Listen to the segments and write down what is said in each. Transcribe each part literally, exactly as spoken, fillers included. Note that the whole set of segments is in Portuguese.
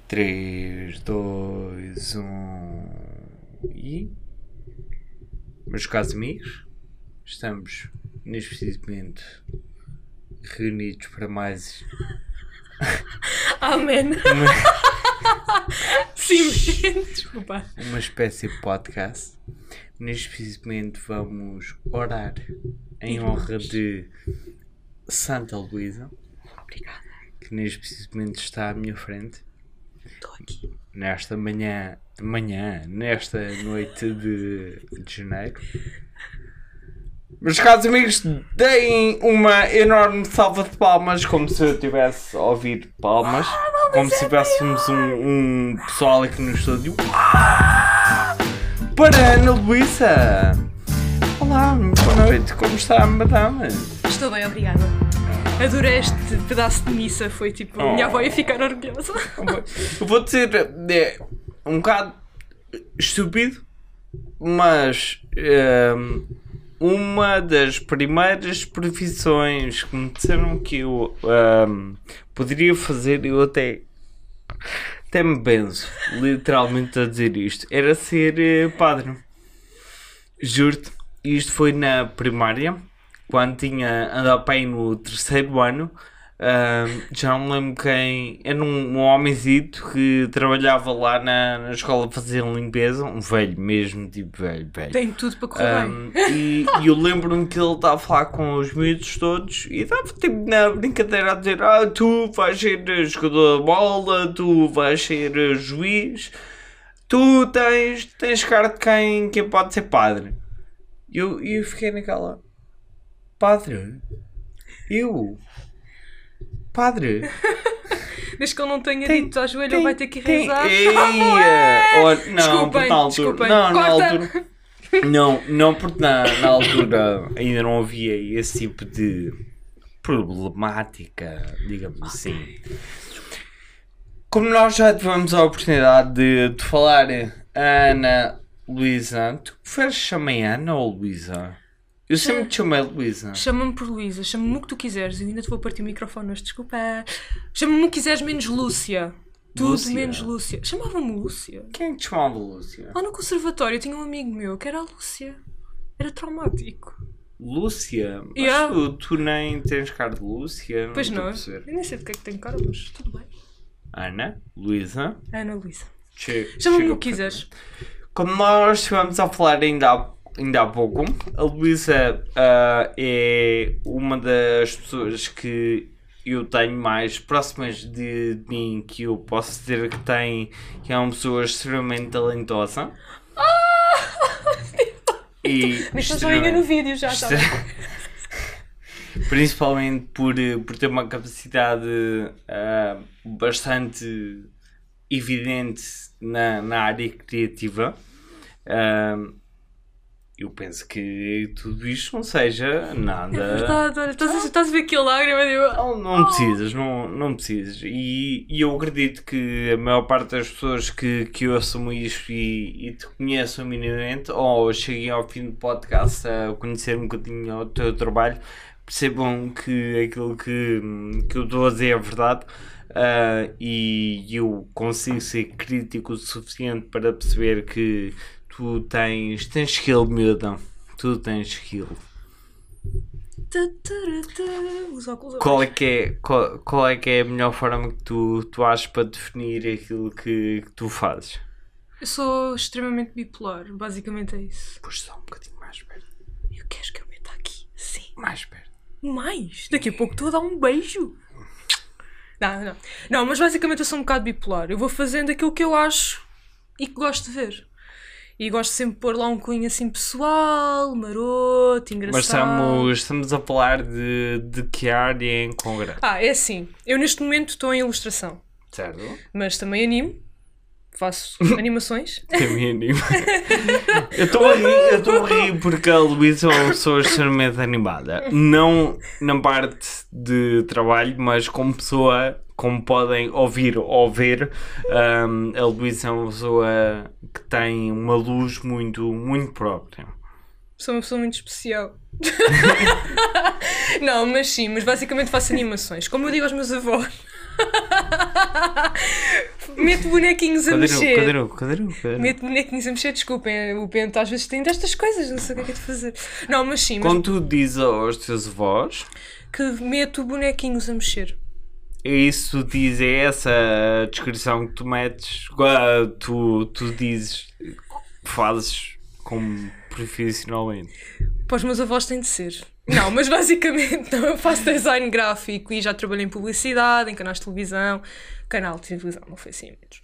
três, dois, um e... Meus caros amigos, estamos neste preciso momento reunidos para mais... Amém. Uma... Sim, desculpa. Uma espécie de podcast. Neste preciso momento vamos orar em honra de Santa Luísa. Obrigada. Que neste preciso momento está à minha frente. Estou aqui. Nesta manhã, manhã, nesta noite de, de janeiro. Meus caros amigos, deem uma enorme salva de palmas, como se eu tivesse a ouvir palmas, ah, como se tivéssemos um, um pessoal aqui no estúdio. Para Ana Luísa! Olá, boa noite, como está, madame? Estou bem, obrigada. Adorei este pedaço de missa, foi tipo, a minha avó ia ficar orgulhosa. Eu vou dizer, é um bocado estúpido, mas um, uma das primeiras profissões que me disseram que eu um, poderia fazer, eu até, até me benzo, literalmente a dizer isto, era ser uh, padre. Juro-te, isto foi na primária. Quando tinha andado para aí no terceiro ano, uh, já não me lembro quem, era um, um homenzito que trabalhava lá na, na escola a fazer limpeza, um velho mesmo, tipo velho, velho. Tem tudo para correr um, bem. E, e eu lembro-me que ele estava a falar com os miúdos todos e estava tipo na brincadeira a dizer: ah, tu vais ser jogador de bola, tu vais ser juiz, tu tens, tens cara de quem, quem pode ser padre. E eu, eu fiquei naquela... Padre? Eu? Padre? Desde que ele não tenha Tem- dito ao joelho, tem- ele vai ter que tem- rezar. Eia! Olha, não, Desculpem, porque na altura, desculpem. não, na Corta! altura, não, não, porque na, na altura ainda não havia esse tipo de problemática, digamos assim. Como nós já tivemos a oportunidade de, de falar, Ana Luísa, tu preferes chamar Ana ou Luísa? Eu sempre te chamei Luísa. Chama-me por Luísa, chama-me o que tu quiseres. Eu ainda te vou partir o microfone, mas desculpa. Chama-me o que quiseres, menos Lúcia. Tudo Lúcia? menos Lúcia. Chamava-me Lúcia. Quem é que te chamava Lúcia? Lá no conservatório eu tinha um amigo meu que era a Lúcia. Era traumático. Lúcia? Mas Yeah. tu, tu nem tens cara de Lúcia. Pois estou a não, perceber. eu nem sei de que é que tenho cara, mas tudo bem. Ana, Luísa. Ana Luísa. che- Chama-me chega o que para- quiseres. Como nós estivemos a falar ainda há, ainda há pouco, a Luísa ah, é uma das pessoas que eu tenho mais próximas de, de mim, que eu posso dizer que tem, que é uma pessoa extremamente talentosa. E Mas estou joinha no vídeo já, tá bem? Principalmente por, por ter uma capacidade ah, bastante evidente na, na área criativa. Ah, eu penso que tudo isto não seja nada. É verdade, olha, estás a, estás a ver aqui a lágrima e eu... Não, não precisas, não, não precisas. E, e eu acredito que a maior parte das pessoas que, que ouçam isto e, e te conheçam minimamente, ou cheguem ao fim do podcast a conhecer um bocadinho o teu trabalho, percebam que aquilo que, que eu estou a dizer é verdade. Uh, e eu consigo ser crítico o suficiente para perceber que tu tens, tens skill, miúda. Tu tens skill. Os óculos Qual é que é, qual, qual é que é a melhor forma que tu, tu achas para definir aquilo que, que tu fazes? Eu sou extremamente bipolar, basicamente é isso. Puxa só um bocadinho mais perto. Eu quero que eu meta aqui? Sim. Mais perto. Mais? Daqui a pouco estou a dar um beijo. Não, não. Não, mas basicamente eu sou um bocado bipolar. Eu vou fazendo aquilo que eu acho e que gosto de ver. E gosto sempre de pôr lá um cunho assim pessoal, maroto, engraçado. Mas estamos, estamos a falar de, de que área em concreto? Ah, é assim. Eu neste momento estou em ilustração. Certo? Mas também animo. Faço animações. Também animo. Eu estou a rir, eu estou a rir porque a Luísa é uma pessoa extremamente animada. Não na parte de trabalho, mas como pessoa, como podem ouvir ou ver, um, a Luísa é uma pessoa que tem uma luz muito, muito própria. Sou uma pessoa muito especial. Não, mas sim, mas basicamente faço animações. Como eu digo aos meus avós. Mete bonequinhos a Cadê o, mexer. cadê o, cadê o, cadê o? Mete bonequinhos a mexer, desculpem, o Bento às vezes tem destas coisas, não sei o que é que é de fazer. Não, mas sim, mas Quando tu dizes aos teus avós, que meto bonequinhos a mexer. é isso que tu dizes, é essa a descrição que tu metes, ah, tu, tu dizes, fazes como profissionalmente. Para os meus avós tem de ser. Não, mas basicamente não, eu faço design gráfico e já trabalhei em publicidade, em canais de televisão, canal de televisão, não foi assim menos.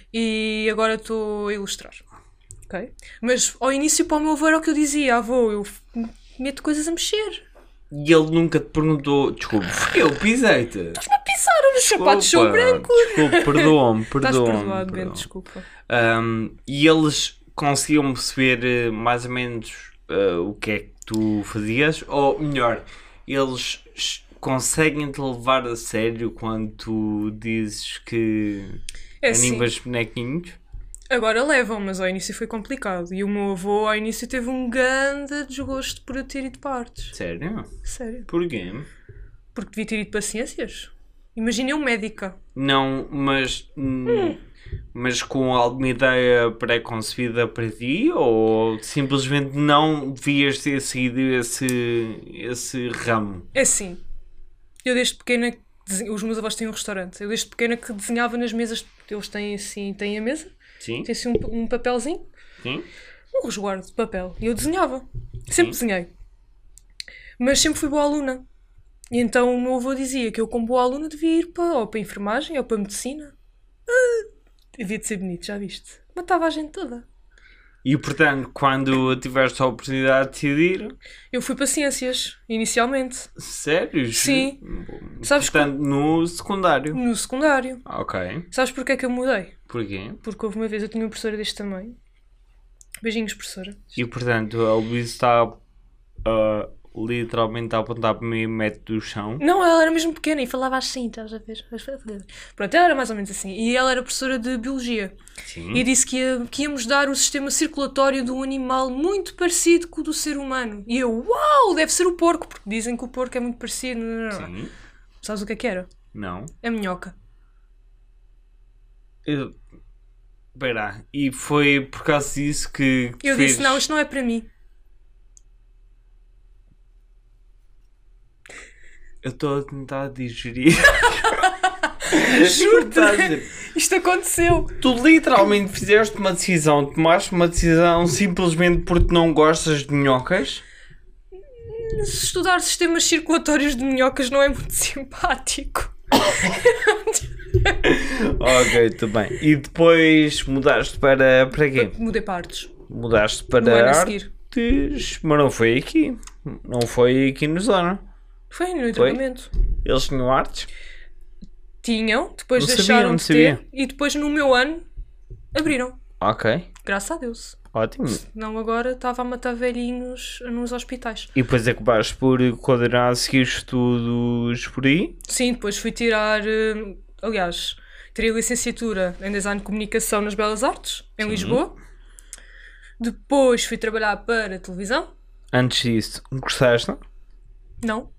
E agora estou a ilustrar. Ok? Mas ao início para o meu avô era o que eu dizia, avô, eu meto coisas a mexer. E ele nunca te perguntou, desculpa, porque eu pisei-te. Estás-me a pisar, os sapatos são brancos. Desculpa, perdoa-me, Estás perdoa-me. perdoado, Bento, perdoa-me. desculpa. Um, e eles conseguiam perceber uh, mais ou menos uh, o que é que tu fazias? Ou melhor, eles sh- conseguem-te levar a sério quando tu dizes que É assim. animas bonequinhos? Agora levam, mas ao início foi complicado. E o meu avô ao início teve um grande desgosto por eu ter ido para artes. Sério? Sério. Porquê? Porque devia ter ido para ciências. Imagina eu médica. Não, mas... hum, Hum. Mas com alguma ideia pré-concebida para ti? Ou simplesmente não devias ter seguido esse, esse ramo? É assim. Eu desde pequena... desen- Os meus avós têm um restaurante. Eu desde pequena que desenhava nas mesas. Eles têm assim... Têm a mesa. Sim? Tem assim um, um papelzinho. Sim? Um resguardo de papel. E eu desenhava. Sempre Sim. desenhei. Mas sempre fui boa aluna. E então o meu avô dizia que eu como boa aluna devia ir para, ou para a enfermagem ou para a medicina. Ah, devia de ser bonito, já viste? Matava a gente toda. E portanto, quando tiveste a oportunidade de decidir, Eu fui para ciências, inicialmente. sério? Sim. Sabes Portanto, no secundário. No secundário. Ok. Sabes porquê é que eu mudei? Porquê? Porque houve uma vez eu tinha uma professora deste tamanho. Beijinhos, professora. E portanto, a Luísa está ah, literalmente a apontar para mim e mete do chão. Não, ela era mesmo pequena e falava assim, estás a ver? Pronto, ela era mais ou menos assim. E ela era professora de biologia. Sim. E disse que, ia, que íamos dar o sistema circulatório de um animal muito parecido com o do ser humano. E eu, uau, deve ser o porco, porque dizem que o porco é muito parecido. Não, não, não. Sim. Sabes o que é que era? Não. A minhoca. Eu... Espera, e foi por causa disso que Eu fez... disse, não, isto não é para mim. Eu estou a tentar digerir. Juro-te, isto aconteceu. Tu literalmente fizeste uma decisão, tomaste uma decisão simplesmente porque não gostas de minhocas? Estudar sistemas circulatórios de minhocas não é muito simpático. Ok, tudo bem. E depois mudaste para, para quê? Mudei para artes. Mudaste No ano para a seguir. artes, mas não foi aqui. Não foi aqui no Zona. Foi no tratamento. Eles tinham artes? Tinham, depois Não sabia, deixaram não de sabia. ter e depois no meu ano abriram. Ok, Graças a Deus. ótimo. Não agora estava a matar velhinhos nos hospitais. E depois acabaste por coordenar a seguir estudos por aí? Sim, depois fui tirar, eh, aliás, tirei licenciatura em Design de Comunicação nas Belas Artes, em Lisboa. Depois fui trabalhar para a televisão. Antes disso, gostaste? Não.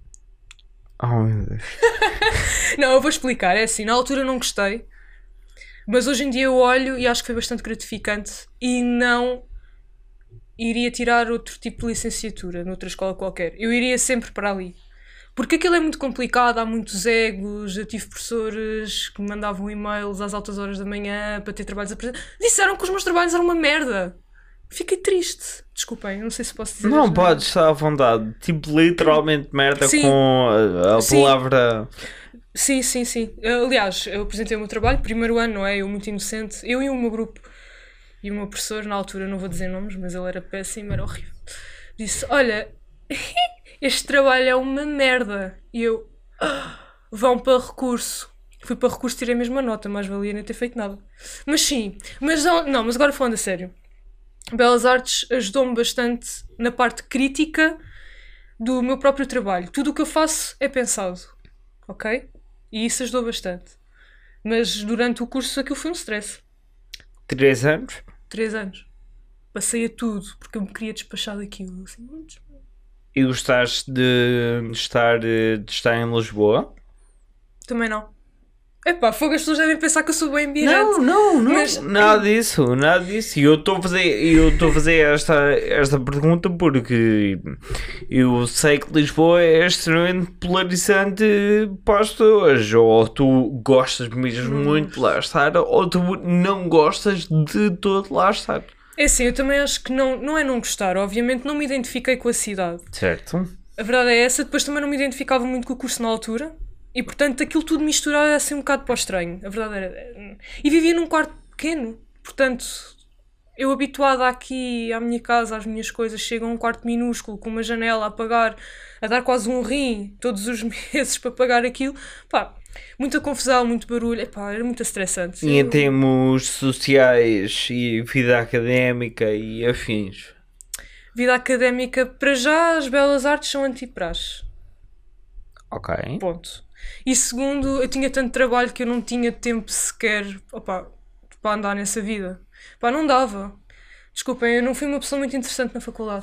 Oh meu Deus. Não, eu vou explicar. É assim, na altura não gostei. Mas hoje em dia eu olho e acho que foi bastante gratificante e não iria tirar outro tipo de licenciatura noutra escola qualquer. Eu iria sempre para ali. Porque aquilo é muito complicado, há muitos egos, eu tive professores que me mandavam e-mails às altas horas da manhã para ter trabalhos apresentados. Disseram que os meus trabalhos eram uma merda. Fiquei triste. Desculpem, não sei se posso dizer. Não, as- podes estar à vontade. Tipo, literalmente merda Sim. com a, a Sim. palavra... Sim, sim, sim. Aliás, eu apresentei o meu trabalho, primeiro ano, não é? Eu muito inocente. Eu e o meu grupo. E o meu professor, na altura, não vou dizer nomes, mas ele era péssimo, era horrível. Disse, olha, este trabalho é uma merda. E eu, "Ah, vão para recurso." Fui para recurso, tirei a mesma nota, mais valia nem ter feito nada. Mas sim, mas não, não, mas agora falando a sério. Belas Artes ajudou-me bastante na parte crítica do meu próprio trabalho. Tudo o que eu faço é pensado, ok? E isso ajudou bastante. Mas durante o curso aquilo foi um stress. Três anos? Três anos. Passei a tudo, porque eu me queria despachar daquilo. Assim, muito... E gostaste de estar, de estar em Lisboa? Também não. Epá, fogo, as pessoas devem pensar que eu sou bem birrante. Não, não, não. Mas- Nada disso, nada disso. E eu estou a fazer, eu estou a fazer esta, esta pergunta porque eu sei que Lisboa é extremamente polarizante para as pessoas. Ou tu gostas mesmo muito de lá estar, ou tu não gostas de todo lá estar. É assim, eu também acho que não, não é não gostar. Obviamente não me identifiquei com a cidade. Certo? A verdade é essa. Depois também não me identificava muito com o curso na altura. E portanto aquilo tudo misturado era assim um bocado para o estranho. A verdade era... E vivia num quarto pequeno. Portanto, eu habituada aqui à minha casa, às minhas coisas, chego a um quarto minúsculo, com uma janela a pagar, a dar quase um rim todos os meses para pagar aquilo. Pá, muita confusão, muito barulho. Epá, era muito estressante. E em Eu- termos sociais e vida académica e afins. Vida académica, para já, as belas artes são anti-praxe. Ok. Ponto. E segundo, eu tinha tanto trabalho que eu não tinha tempo sequer, opa, para andar nessa vida. Pá, não dava. Desculpem, eu não fui uma pessoa muito interessante na faculdade.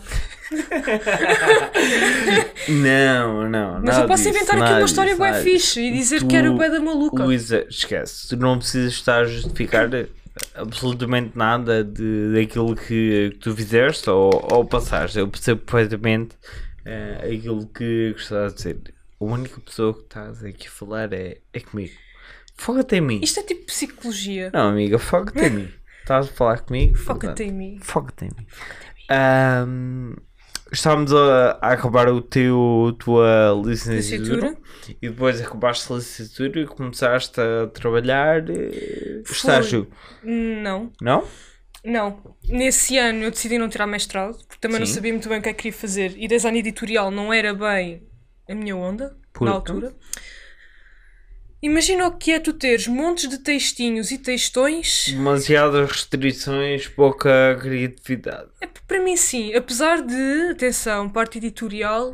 Não, não. Mas nada eu posso disso, inventar aqui nada uma história disso, bué nada fixe disso. e dizer Tu, que era bué da maluca. Luísa, esquece. Tu não precisas estar a justificar absolutamente nada de, daquilo que, que tu fizeste ou, ou passaste. Eu percebo perfeitamente eh, aquilo que gostava de dizer. A única pessoa que estás aqui a falar é, é comigo. Foca-te em mim. Isto é tipo psicologia. Não, amiga, foca-te em mim. Estás a falar comigo? Foca-te em mim. Foca-te em mim. Ahm, estávamos a, a acabar o teu tua licenciatura, Licenciatura. e depois acabaste a licenciatura e começaste a trabalhar eh, estágio, Não. não? Não. Nesse ano eu decidi não tirar mestrado, porque também não Sim. sabia muito bem o que é que queria fazer. E design editorial não era bem a minha onda, Porque? na altura. Imagina o que é tu teres montes de textinhos e textões. Demasiadas restrições, pouca criatividade. É, para mim sim, apesar de, atenção, parte editorial,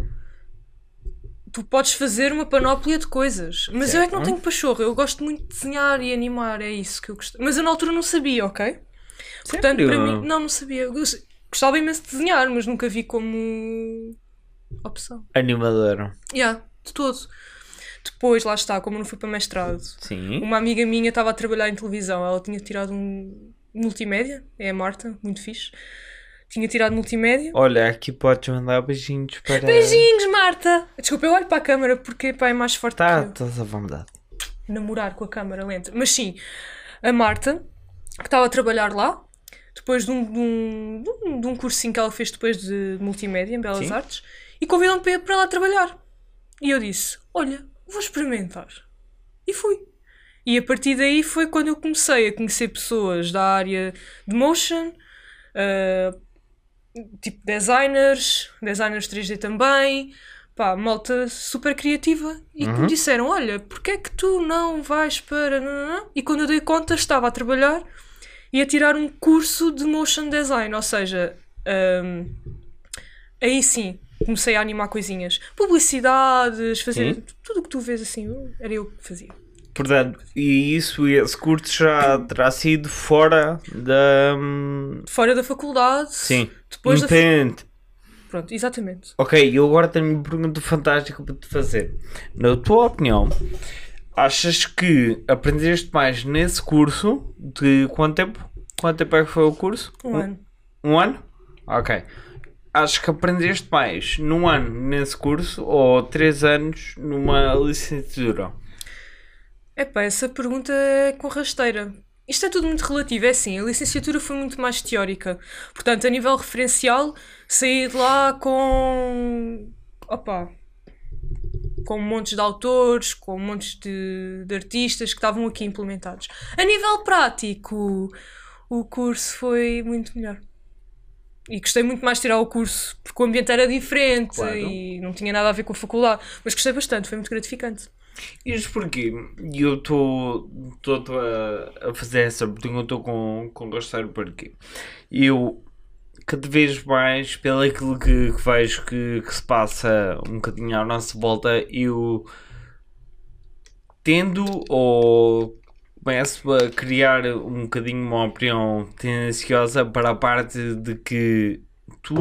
tu podes fazer uma panóplia de coisas. Mas eu é que não Certo. tenho pachorra, eu gosto muito de desenhar e animar, é isso que eu gosto. Mas eu na altura não sabia, ok? Portanto, Sério? para mim, não, não sabia. Eu gostava imenso de desenhar, mas nunca vi como opção. Animadora. Yeah, de todo. Depois, lá está, como eu não fui para mestrado, Sim. uma amiga minha estava a trabalhar em televisão, ela tinha tirado um multimédia, é a Marta, muito fixe. Tinha tirado multimédia. Olha, aqui podes mandar beijinhos para... Beijinhos, Marta! Desculpa, eu olho para a câmara porque pá, é mais forte Tá, que eu. estás à vontade. Namorar com a câmara lenta. Mas sim, a Marta, que estava a trabalhar lá, depois de um, de um, de um, de um cursinho que ela fez depois de multimédia, em Belas Sim. Artes, e convidou-me para ir para lá trabalhar. E eu disse, olha, vou experimentar. E fui. E a partir daí foi quando eu comecei a conhecer pessoas da área de motion, ah, tipo designers, designers três D também, pá, malta super criativa, e que me disseram, olha, porque é que tu não vais para... nananã?" E quando eu dei conta, estava a trabalhar e a tirar um curso de motion design, ou seja, ahm, aí sim, comecei a animar coisinhas, publicidades, fazer Sim. tudo o que tu vês assim, era eu que fazia. Portanto, e isso, esse curso já terá sido fora da... hum, Fora da faculdade, Sim, depois da... independente. Pronto, exatamente. Ok, eu agora tenho uma pergunta fantástica para te fazer. Na tua opinião, achas que aprendeste mais nesse curso de quanto tempo? Quanto tempo é que foi o curso? Um ano. Um ano? Ok. Acho que aprendeste mais num ano nesse curso ou três anos numa licenciatura? Epá, essa pergunta é com rasteira. Isto é tudo muito relativo, é assim, a licenciatura foi muito mais teórica. Portanto, a nível referencial, saí de lá com... Opa... Com montes de autores, com montes de, de artistas que estavam aqui implementados. A nível prático, o curso foi muito melhor. E gostei muito mais de tirar o curso, porque o ambiente era diferente Claro. e não tinha nada a ver com a faculdade. Mas gostei bastante, foi muito gratificante. Isto porque eu estou a, a fazer essa pergunta com, com gosto porque eu cada vez mais pelo aquilo que, que vejo que, que se passa um bocadinho à nossa volta, eu tendo ou começo a criar um bocadinho uma opinião tendenciosa para a parte de que tu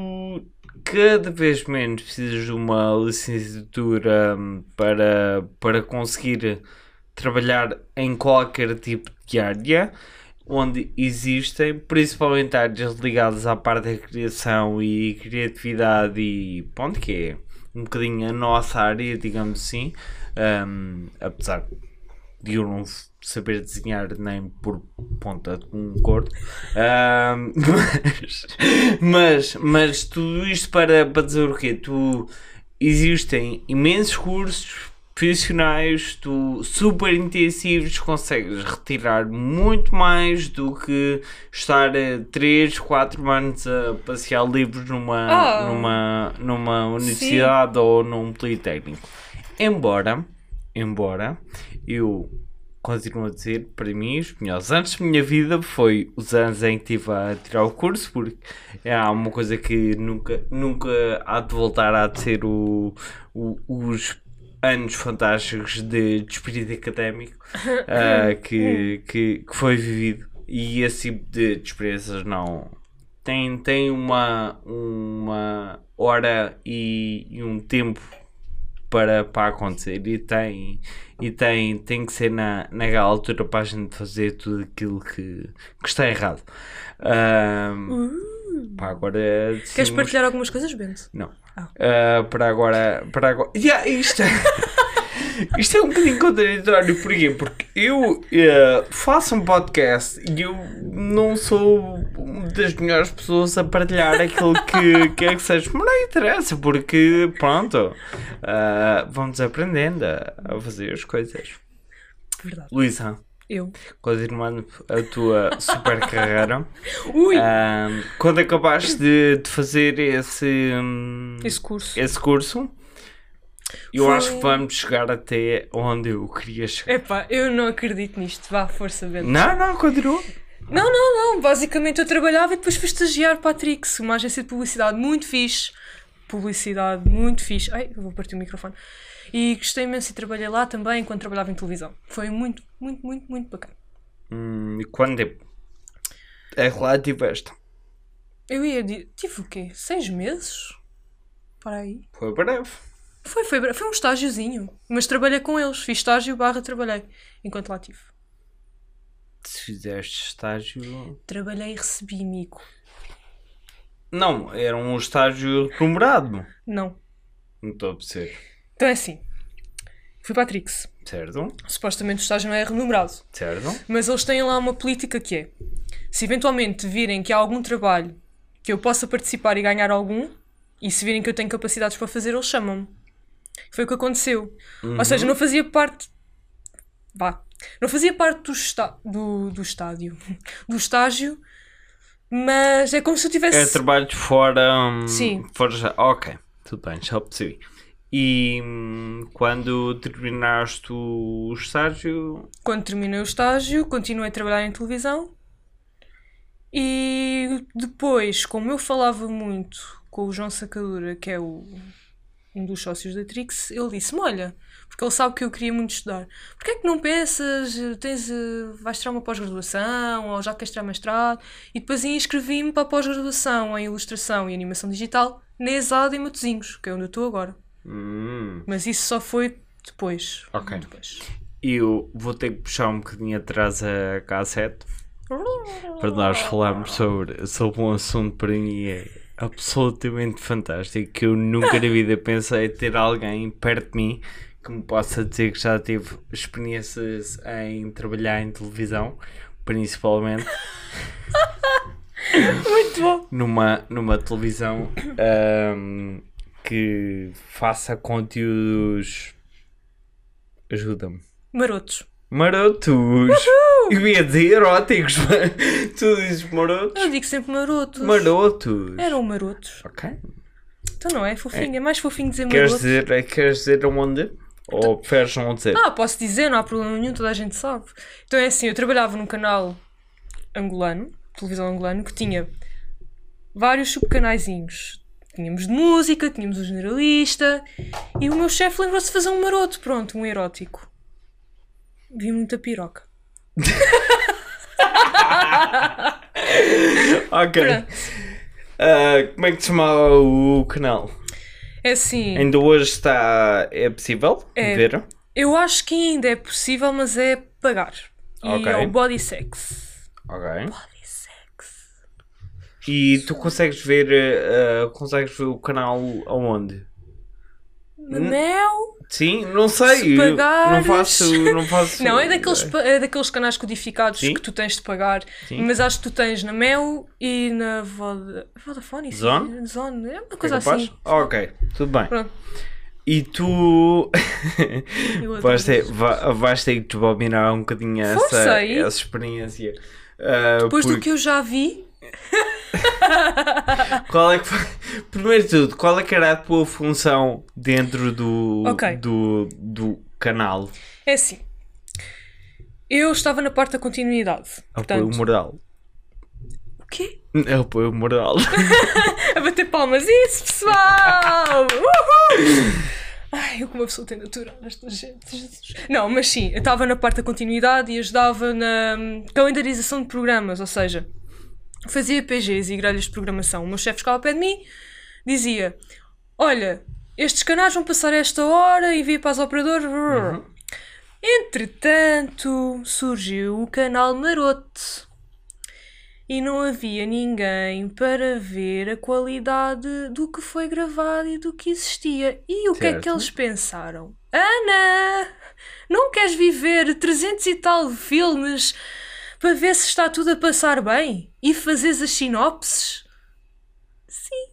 cada vez menos precisas de uma licenciatura para, para conseguir trabalhar em qualquer tipo de área onde existem, principalmente áreas ligadas à parte da criação e criatividade e ponto que é um bocadinho a nossa área, digamos assim, um, apesar de eu não saber desenhar nem por ponta de um corpo, um, mas, mas, mas tudo isto para, para dizer o quê? Tu, existem imensos cursos profissionais, tu, super intensivos, consegues retirar muito mais do que estar três, quatro anos a passear livros numa, Oh. numa, numa universidade Sim. ou num politécnico. Embora, embora eu continuo a dizer, para mim, os melhores anos da minha vida foi os anos em que estive a tirar o curso, porque é uma coisa que nunca, nunca há de voltar a ser o, o, os anos fantásticos de, de espírito académico uh, que, que, que foi vivido, e esse tipo de, de experiências não tem, tem uma, uma hora e, e um tempo para, para acontecer, e tem, e tem, tem que ser na, naquela altura para a gente fazer tudo aquilo que, que está errado. Um, Uh. Pá, agora Queres decidimos- partilhar algumas coisas, Bento? Não. Ah. Uh, para agora. Para agora. Yeah, isto, é, isto é um bocadinho contraditório. Porquê? Porque eu uh, faço um podcast e eu não sou uma das melhores pessoas a partilhar aquilo que quer que seja. Mas não interessa, porque pronto. Uh, vamos aprendendo a, a fazer as coisas. Verdade. Luísa, Eu. continuando a tua super carreira. Ui! Um, quando acabaste de, de fazer esse, um, Esse curso. esse curso, eu Foi- acho que vamos chegar até onde eu queria chegar. Epá, eu não acredito nisto. Vá, força, Bento. Não, não, continua. Não, não, não. Basicamente eu trabalhava e depois fui estagiar para a Trix, uma agência de publicidade muito fixe. Publicidade muito fixe. Ai, eu vou partir o microfone. E gostei imenso e trabalhei lá também enquanto trabalhava em televisão. Foi muito, muito, muito, muito bacana. Hum, e quando tempo é que lá tiveste? Eu ia dizer, tive o quê? Seis meses? Para aí. Foi breve. Foi, foi, bre- foi um estágiozinho. Mas trabalhei com eles. Fiz estágio barra trabalhei. Enquanto lá tive. Se fizeste estágio. Trabalhei e recebi mico. Não, era um estágio remunerado. Não. Não estou a perceber. Então é assim. Fui para a Trix. Certo? Supostamente o estágio não é remunerado. Certo? Mas eles têm lá uma política que é: se eventualmente virem que há algum trabalho que eu possa participar e ganhar algum, e se virem que eu tenho capacidades para fazer, eles chamam-me. Foi o que aconteceu. Ou seja, não fazia parte. Vá. Não fazia parte do, esta... do, do estádio. Do estágio. Mas é como se eu tivesse. É trabalho fora. hum, Sim. Fora já. Ok, tudo bem, já percebi. E hum, quando terminaste o estágio. Quando terminei o estágio, continuei a trabalhar em televisão. E depois, como eu falava muito com o João Sacadura, que é o, um dos sócios da Trix, ele disse-me: olha, porque ele sabe que eu queria muito estudar, porque é que não pensas, tens, eh, vais tirar uma pós-graduação, ou já queres tirar mestrado? E depois inscrevi-me para a pós-graduação em Ilustração e Animação Digital na ESAD em Matosinhos, que é onde eu estou agora. Hum, Mas isso só foi depois. Ok. muito depois. eu vou ter que puxar um bocadinho atrás a cassete para nós falarmos sobre, sobre um assunto para mim é absolutamente fantástico, que eu nunca na vida pensei ter alguém perto de mim que me possa dizer que já teve experiências em trabalhar em televisão, principalmente Muito bom. numa, numa televisão ahm, que faça conteúdos, ajuda-me, Marotos. marotos. Eu ia dizer eróticos, mas tu dizes marotos. Eu digo sempre marotos. Marotos. Eram marotos. Ok. Então não é fofinho, é, mais fofinho dizer Queres maroto. dizer, é, queres dizer onde? Ou preferes não dizer? Ah, posso dizer, não há problema nenhum, toda a gente sabe. Então é assim, eu trabalhava num canal angolano, televisão angolano, que tinha vários subcanaizinhos. Tínhamos de música, tínhamos o generalista, e o meu chefe lembrou-se de fazer um maroto, pronto, um erótico. Vi muita piroca. Ok. Pronto. Ah, como é que se chama o canal? É assim, Ainda hoje está. É possível É. ver? Eu acho que ainda é possível, mas é pagar. E Ok. é o Body Sex. Ok. Body Sex. E tu consegues ver, uh, consegues ver o canal aonde? Mel? Sim, não sei. Se eu pagares... Não faço, não faço. Não, é daqueles, pa- é daqueles canais codificados Sim. que tu tens de pagar. Sim. Mas acho que tu tens na Mel e na Voda... Vodafone. isso? Zone? Zone. É uma É coisa capaz? assim. Ok, tudo bem. Pronto. E tu Eu adoro vais ter, isso. va- vais ter que desbobinar um bocadinho essa, Força aí. essa experiência. Uh, Depois do porque- que eu já vi, Qual é que foi... Primeiro de tudo, qual é que era a tua função dentro do, Ok. do, do canal? é assim. Eu estava na parte da continuidade. Apoio Portanto, moral. o quê? Apoio moral. A bater palmas. Isso, pessoal! Uhul! Ai, eu como uma pessoa tem natural esta gente. Jesus. Não, mas sim, eu estava na parte da continuidade e ajudava na hum, calendarização de programas, ou seja, fazia P Gs e grelhas de programação. O meu chefe ficava ao pé de mim, dizia: olha, estes canais vão passar a esta hora, envia para as operadoras. Uhum. Entretanto, surgiu o canal Maroto. E não havia ninguém para ver a qualidade do que foi gravado e do que existia. E o que é que Certo. eles pensaram? Ana, não queres viver trezentos e tal filmes para ver se está tudo a passar bem? E fazeres as sinopses? Sim.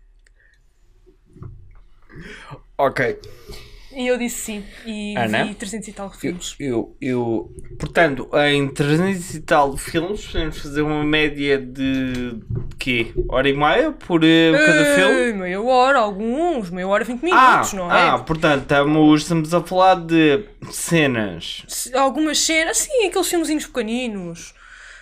Ok. E eu disse sim. E Ana? vi trezentos e tal Eu, filmes. eu, eu, portanto, em trezentos e tal filmes, podemos fazer uma média de quê? Hora e meia por eh, cada filme? Ei, meia hora, alguns. Meia hora, vinte Ah, minutos, não é? ah, portanto, estamos, estamos a falar de cenas. Se- Algumas cenas, sim, aqueles filmezinhos pequeninos.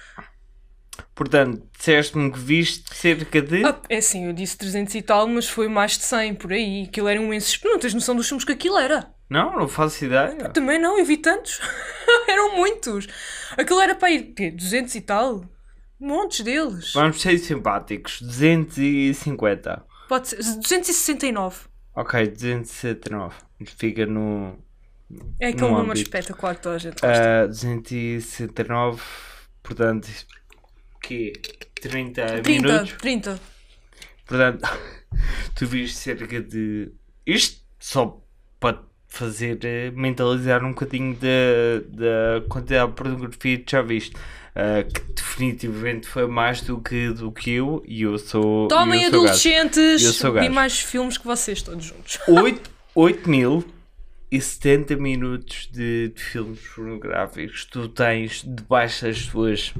Portanto, disseste-me que viste cerca de... Ah, é assim, eu disse trezentos e tal, mas foi mais de cem por aí. Aquilo era um imenso. Não tens noção dos filmes que aquilo era. Não, não faço ideia. Também não, eu vi tantos. Eram muitos. Aquilo era para ir, quê? duzentos e tal? Montes deles. Vamos ser simpáticos. duzentos e cinquenta. Pode ser. duzentos e sessenta e nove. Ok, duzentos e setenta e nove. Fica no... É aquele No número âmbito. espetacular que toda a gente gosta. Uh, duzentos e sessenta e nove, portanto, que trinta, trinta, minutos. trinta. Portanto, tu viste cerca de. Isto só para fazer eh, mentalizar um bocadinho da, da quantidade de pornografia que já viste. Uh, que definitivamente foi mais do que, do que eu, e eu sou. Tomem, eu sou gajo. adolescentes! Eu sou Vi gajo. mais filmes que vocês todos juntos. oito mil e setenta minutos de, de filmes pornográficos tu tens debaixo das tuas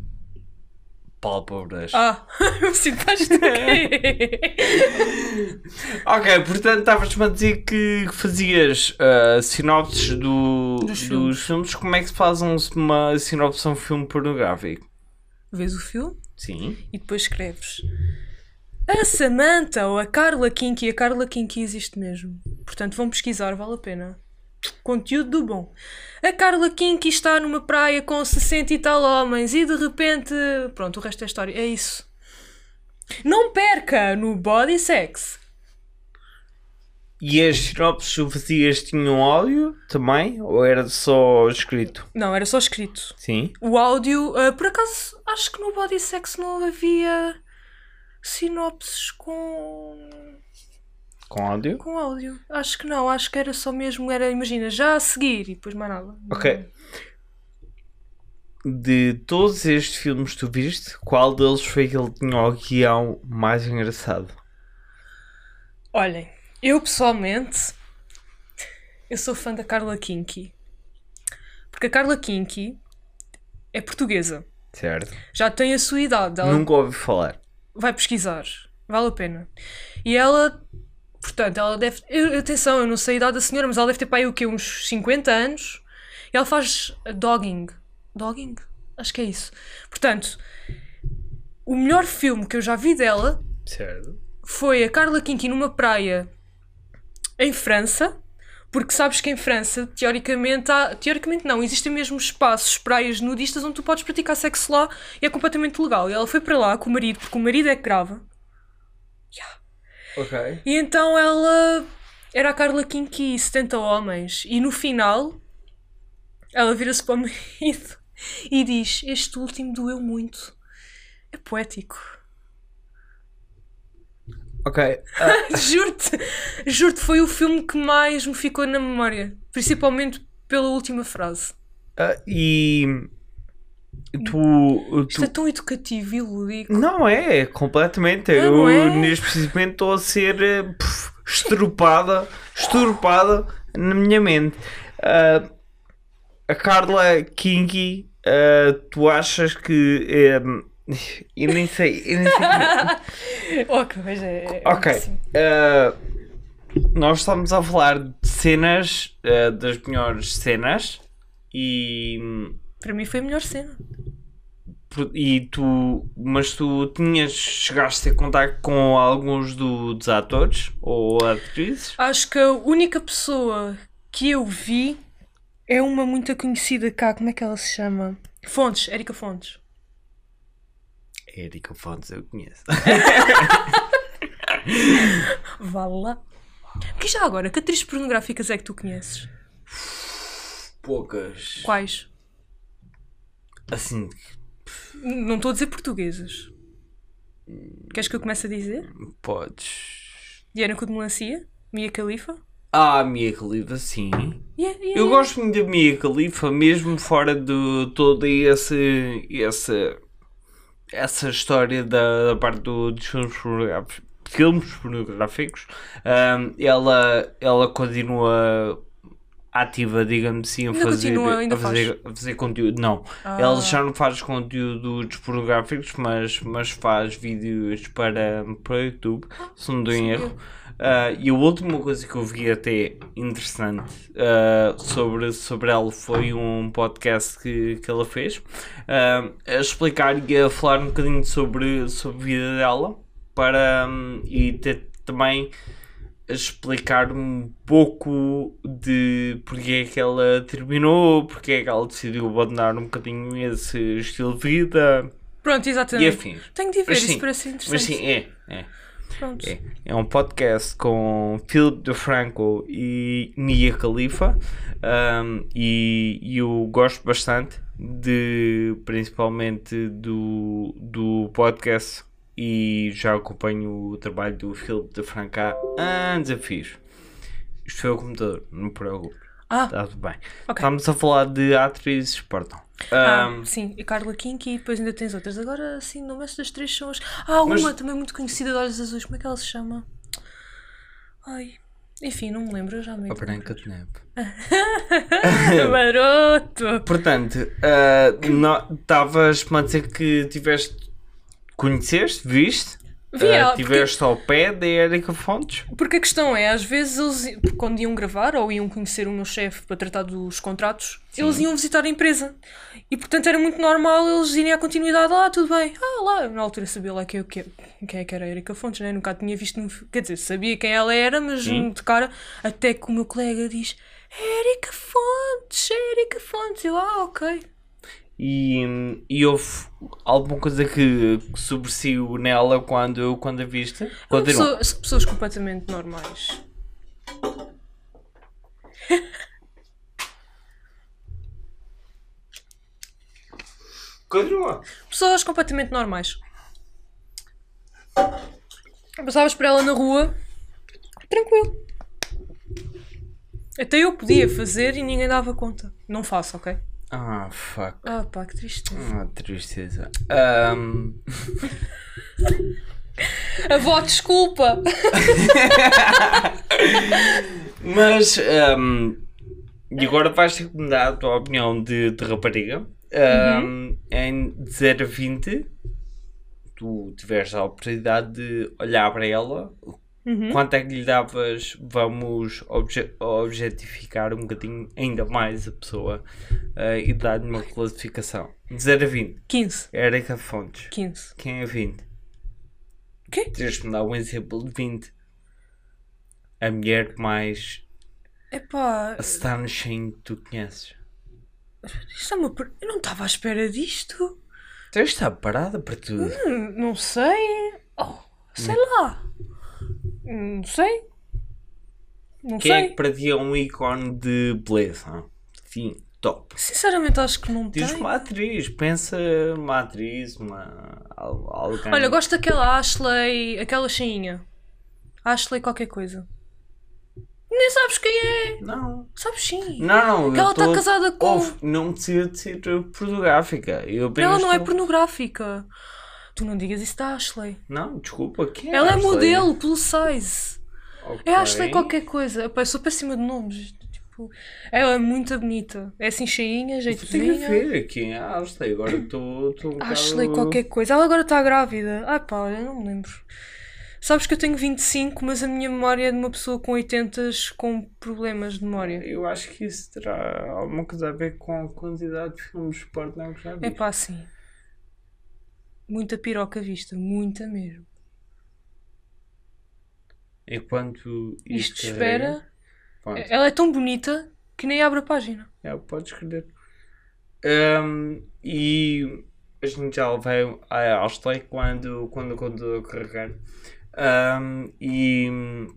pálpebras. Ah, eu sinto mais do quê? Ok, portanto estavas-me a dizer que fazias uh, sinopses do, Dos dos, filmes. filmes. Como é que se faz um- uma sinopse de um filme pornográfico? Vês o filme Sim. e depois escreves a Samantha ou a Carla Kinky. A Carla Kinky existe mesmo. Portanto, vão pesquisar, vale a pena. Conteúdo do bom. A Carla Kinky está numa praia com sessenta e tal homens e de repente... Pronto, o resto é história. É isso. Não perca no Body Sex. E as sinopses que tu fazias tinham áudio também? Ou era só escrito? Não, era só escrito. Sim. O áudio... ah, por acaso, acho que no Body Sex não havia sinopses com... Com áudio? Com áudio. Acho que não. Acho que era só mesmo... Era, imagina, já a seguir e depois mais nada. Ok. De todos estes filmes que tu viste, qual deles foi aquele que tinha o guião mais engraçado? Olhem, eu pessoalmente... Eu sou fã da Carla Kinky. Porque a Carla Kinky é portuguesa. Certo. Já tem a sua idade. Ela Nunca ouvi falar. vai pesquisar. Vale a pena. E ela... Portanto, ela deve... eu- atenção, eu não sei a idade da senhora, mas ela deve ter para aí o quê? Uns cinquenta anos. E ela faz dogging. Dogging? Acho que é isso. Portanto, o melhor filme que eu já vi dela Certo. foi a Carla Kinky numa praia em França. Porque sabes que em França, teoricamente, há... teoricamente não, existem mesmo espaços, praias nudistas onde tu podes praticar sexo lá e é completamente legal. E ela foi para lá com o marido, porque o marido é que grava. Ok. E então ela Era a Carla Kinky e setenta homens. E no final, ela vira-se para o marido e diz: este último doeu muito. É poético. Ok. Uh, Juro-te, juro-te, foi o filme que mais me ficou na memória. Principalmente pela última frase. uh, e tu, Isto tu... é tão educativo e lúdico. Não é, completamente. Não, Eu não é? neste precisamente estou a ser eh, pff, estrupada, estrupada na minha mente. Uh, a Carla Kinky, uh, tu achas que. Um, eu nem sei. Eu nem sei como... Ok, mas é. Ok. Assim. Uh, nós estamos a falar de cenas, uh, das melhores cenas, e. Para mim foi a melhor cena. E tu, mas tu tinhas, chegaste a contar com alguns do, dos atores ou atrizes? Acho que a única pessoa que eu vi é uma muito conhecida cá. Como é que ela se chama? Fontes, Érica Fontes. Érica Fontes, eu conheço. Vá lá. Porque já agora, que atrizes pornográficas é que tu conheces? Poucas. Quais? Assim, Não estou a dizer portuguesas. Queres que eu comece a dizer? podes. Diana com de Melancia? Mia Khalifa? Ah, a Mia Khalifa, sim. Yeah, yeah, Eu yeah. gosto muito da Mia Khalifa, mesmo fora de toda esse, esse, essa história da, da parte do, dos filmes pornográficos. Filmes pornográficos. Um, ela, ela continua ativa, digamos assim, a Ainda fazer, continua, ainda a fazer, a fazer conteúdo. Não, Ah. ela já não faz conteúdos pornográficos, mas, mas faz vídeos para, para o YouTube, se não dou em erro. Uh, e a última coisa que eu vi até interessante uh, sobre, sobre ela foi um podcast que, que ela fez, uh, a explicar e a falar um bocadinho sobre, sobre a vida dela, para, um, e ter também a explicar um pouco de porque é que ela terminou, porque é que ela decidiu abandonar um bocadinho esse estilo de vida Pronto, e exatamente. afins. Tenho de ver, Mas isso sim, parece interessante. Mas sim, é, é. Pronto. É, é um podcast com Philip DeFranco e Mia Khalifa, um, e, e eu gosto bastante de, principalmente do, do podcast, e já acompanho o trabalho do Philip DeFranco há anos a fios. Isto foi o computador, não me preocupe. Ah, Está tudo bem. ok. Estamos a falar de atrizes, perdão. Ah, Um, sim, e Carla Kinky e depois ainda tens outras. Agora, sim, não estas das três são as... Ah, uma Mas- também muito conhecida de olhos azuis. Como é que ela se chama? Ai... Enfim, não me lembro, eu já me a Branca de Neve. Maroto! Portanto, estavas-me a dizer que tiveste, conheceste, viste, Vi uh, ela, tiveste ao pé da Érica Fontes. Porque a questão é, às vezes eles, quando iam gravar ou iam conhecer o meu chefe para tratar dos contratos, eles iam visitar a empresa. E portanto era muito normal eles irem à continuidade, ah, tudo bem, ah, lá, na altura sabia lá quem, quem, quem é que era a Érica Fontes, né? Nunca a tinha visto, no, quer dizer, sabia quem ela era, mas Sim. de cara, até que o meu colega diz, Érica Fontes, Érica Fontes, eu, ah, ok. E, e houve alguma coisa que, que sobressaiu nela quando, quando a viste? São, Continua. pessoas, são pessoas completamente normais. Continua. Pessoas completamente normais. Passavas por ela na rua, tranquilo. Até eu podia fazer e ninguém dava conta. Não faço, ok? Ah, fuck. Ah pá, que tristeza. Ah, tristeza. Um, Avó, desculpa! mas, um, e agora vais ter que me dar a tua opinião de, de rapariga. Um, Em de zero a vinte, tu tiveste a oportunidade de olhar para ela. Uhum. Quanto é que lhe davas? Vamos obje- objetificar um bocadinho ainda mais a pessoa, uh, e dar-lhe uma classificação. De zero a vinte. quinze. Érica Fontes. quinze. Quem é vinte? O quê? Tens de me dar um exemplo de vinte. A mulher que mais Epá, astonishing que tu conheces. isto é uma... per- Eu não estava à espera disto. Tu está parada para tudo. Hum, não sei. Oh, sei lá. Não sei. Não Quem é sei. que para ti é um ícone de beleza? Sim, top. Sinceramente acho que não Diz tem. uma atriz, pensa uma atriz, uma, al- alguém. Olha, gosto daquela Ashley, aquela cheinha. Ashley qualquer coisa. Nem sabes quem é. Não. Sabes sim. Não, Que eu ela está tô- casada com... Ouve, não precisa de ser pornográfica. Eu apenas Ela não é tô- pornográfica. Tu não digas isso da Ashley. Não, desculpa, quem é Ela é Ashley? modelo, plus size. Ok. É Ashley qualquer coisa. Epá, eu sou péssima de nomes. Tipo, ela é muito bonita. É assim cheinha, Tenho que jeitozinha. ver quem é a Ashley. Agora estou um Ashley bocado... qualquer coisa. Ela agora está grávida. Ai pá, olha, não me lembro. Sabes que eu tenho vinte e cinco, mas a minha memória é de uma pessoa com oitenta com problemas de memória. Eu acho que isso terá alguma coisa a ver com a quantidade de filmes pornô que já vi. É pá, sim. Muita piroca vista. Muita mesmo. Enquanto Isto isto espera. Pronto. Ela é tão bonita que nem abre a página. É, podes escolher. Um, e a gente já veio a Ashley quando, quando o computador carregar. Um, e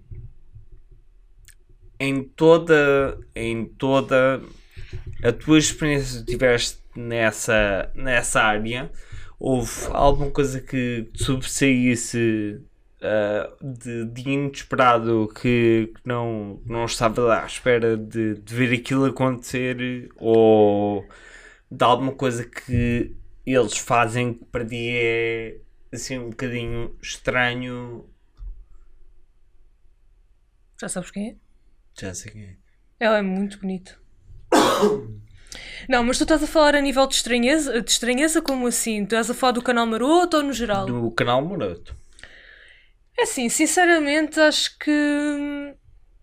em toda, em toda a tua experiência que tiveste nessa, nessa área, houve alguma coisa que te sobressaísse uh, de, de inesperado que, que não, não estava à espera de, de ver aquilo acontecer, ou de alguma coisa que eles fazem que para ti é assim um bocadinho estranho? Já sabes quem é? Já sei quem é. Ela é muito bonita. Não, mas tu estás a falar a nível de estranheza? De estranheza como assim? Tu estás a falar do canal Maroto ou no geral? Do canal Maroto. É assim, sinceramente acho que...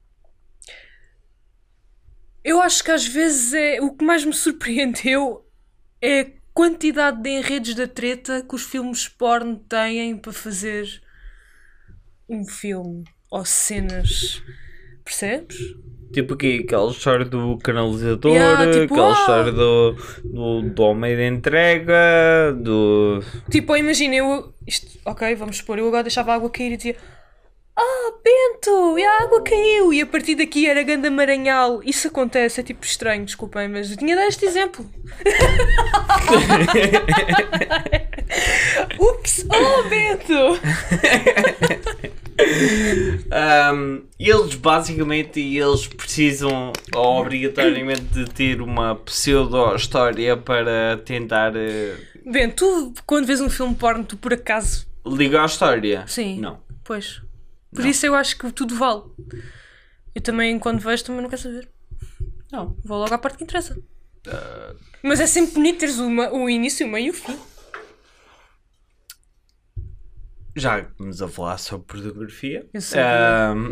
Eu acho que às vezes é... O que mais me surpreendeu é a quantidade de enredos da treta que os filmes porno têm para fazer um filme. Ou cenas... Percebes? Tipo aqui, aquela história do canalizador, Yeah, tipo, aquela ah! história do, do, do homem de entrega, do... Tipo, imagina, eu... Isto, ok, vamos supor, eu agora deixava a água cair e dizia... Ah, Bento! E a água caiu! E a partir daqui era ganda Maranhal. Isso acontece, é tipo estranho, desculpem, mas eu tinha de dar este exemplo. Ups! Oh, Bento! Um, eles basicamente eles precisam obrigatoriamente de ter uma pseudo-história para tentar uh, Bento, tu quando vês um filme porno, tu por acaso... ligar a história? Sim. Não. Pois. Por Não. isso eu acho que tudo vale. Eu também, quando vejo, também não quero saber. Não. Vou logo à parte que interessa. Uh, Mas é sempre bonito teres uma, o início, o meio e o fim. já que estamos a falar sobre pornografia. Eu sei. Um,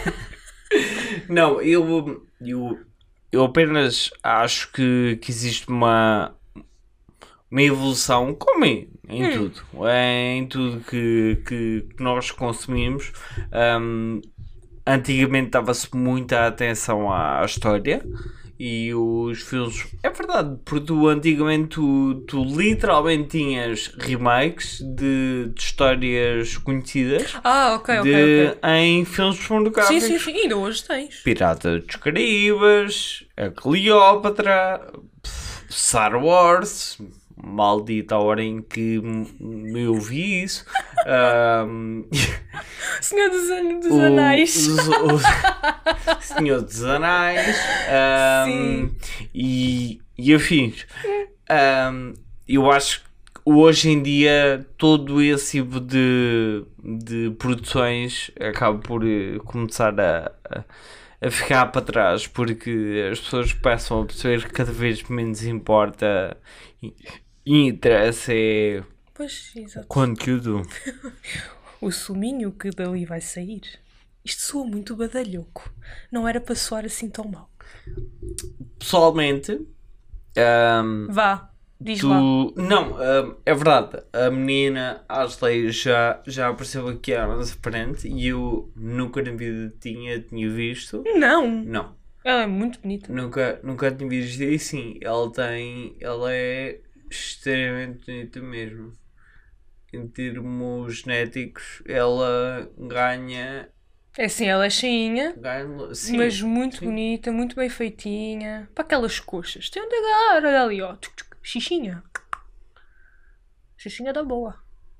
não, eu, eu, eu apenas acho que, que existe uma, uma evolução, como em, em Hum. tudo, em tudo que, que, que nós consumimos. Um, antigamente dava-se muita atenção à história. E os filmes, é verdade, porque tu antigamente tu, tu literalmente tinhas remakes de, de histórias conhecidas Ah, ok, ok, de, ok. em filmes pornográficos. Sim, sim, sim. Ainda hoje tens. Pirata dos Caraíbas, a Cleópatra, pff, Star Wars, maldita a hora em que m- eu vi isso. Ahm, Senhor dos, An- dos o- Anéis. os- o Senhor dos Anéis, ahm, e, e afins. Ahm, eu acho que hoje em dia todo esse tipo de, de produções acaba por eh, começar a, a, a ficar para trás, porque as pessoas passam a perceber que cada vez menos importa e, e interessa é Pois, exato. conteúdo. O suminho que dali vai sair. Isto soa muito badalhoco. Não era para soar assim tão mal. Pessoalmente, ahm, Vá, diz tu... lá. Não, ahm, é verdade. A menina Ashley já, já apareceu aqui há anos frente e eu nunca na vida tinha, tinha visto. Não. Não, Ela é muito bonita. nunca, nunca tinha visto. E sim, ela tem... Ela é extremamente bonita mesmo. Em termos genéticos, ela ganha É assim, ela é cheinha, Sim, mas muito sim. bonita, muito bem feitinha. Para aquelas coxas. Tem onde agarrar, olha ali, ó. Tuc, tuc, xixinha. Xixinha da boa.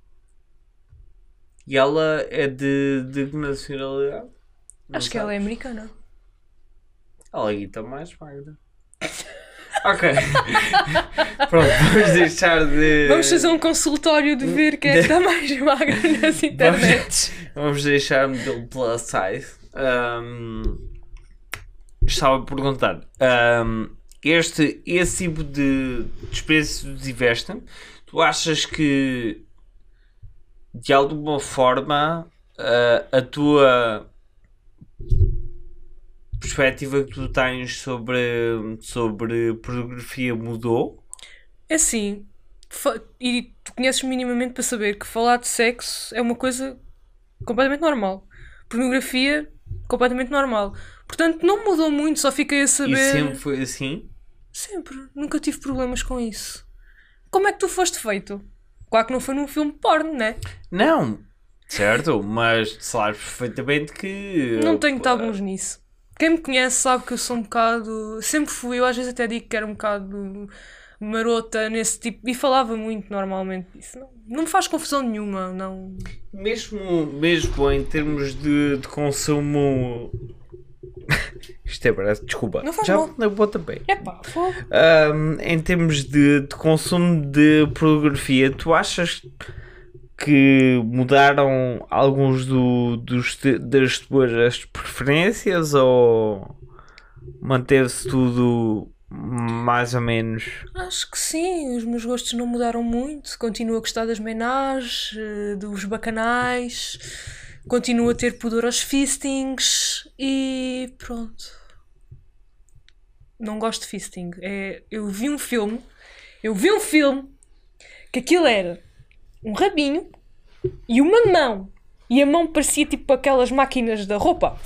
E ela é de, de que nacionalidade? Não Acho que ela é sabes? americana. Ela aí está mais magra. Ok. Pronto, vamos deixar de. Vamos fazer um consultório de ver quem é que está mais magra nas internets. Vamos, vamos deixar o modelo plus size. Um, estava a perguntar: um, este, esse tipo de despesa de investem, tu achas que de alguma forma uh, a tua perspectiva que tu tens sobre, sobre pornografia mudou? É assim, fa- e tu conheces minimamente para saber que falar de sexo é uma coisa completamente normal. Pornografia, completamente normal. Portanto, não mudou muito, só fiquei a saber. E sempre foi assim? Sempre. Nunca tive problemas com isso. Como é que tu foste feito? Claro que não foi num filme porno, né? Não, certo, mas sabes perfeitamente que. Não tenho tábuas nisso. Quem me conhece sabe que eu sou um bocado. Sempre fui, eu às vezes até digo que era um bocado marota nesse tipo. E falava muito normalmente disso. Não, não me faz confusão nenhuma, não. Mesmo, mesmo em termos de, de consumo. Isto é verdade, desculpa. Não faz Já mal. na boa também. É pá, fogo. Um, em termos de, de consumo de pornografia, tu achas que mudaram alguns do, dos, te- das tuas preferências ou manteve-se tudo mais ou menos? Acho que sim, os meus gostos não mudaram muito. Continuo a gostar das menagens, eh, dos bacanais, continuo a ter pudor aos fistings e pronto. Não gosto de fisting. É, eu vi um filme, eu vi um filme que aquilo era um rabinho e uma mão. E a mão parecia tipo aquelas máquinas da roupa.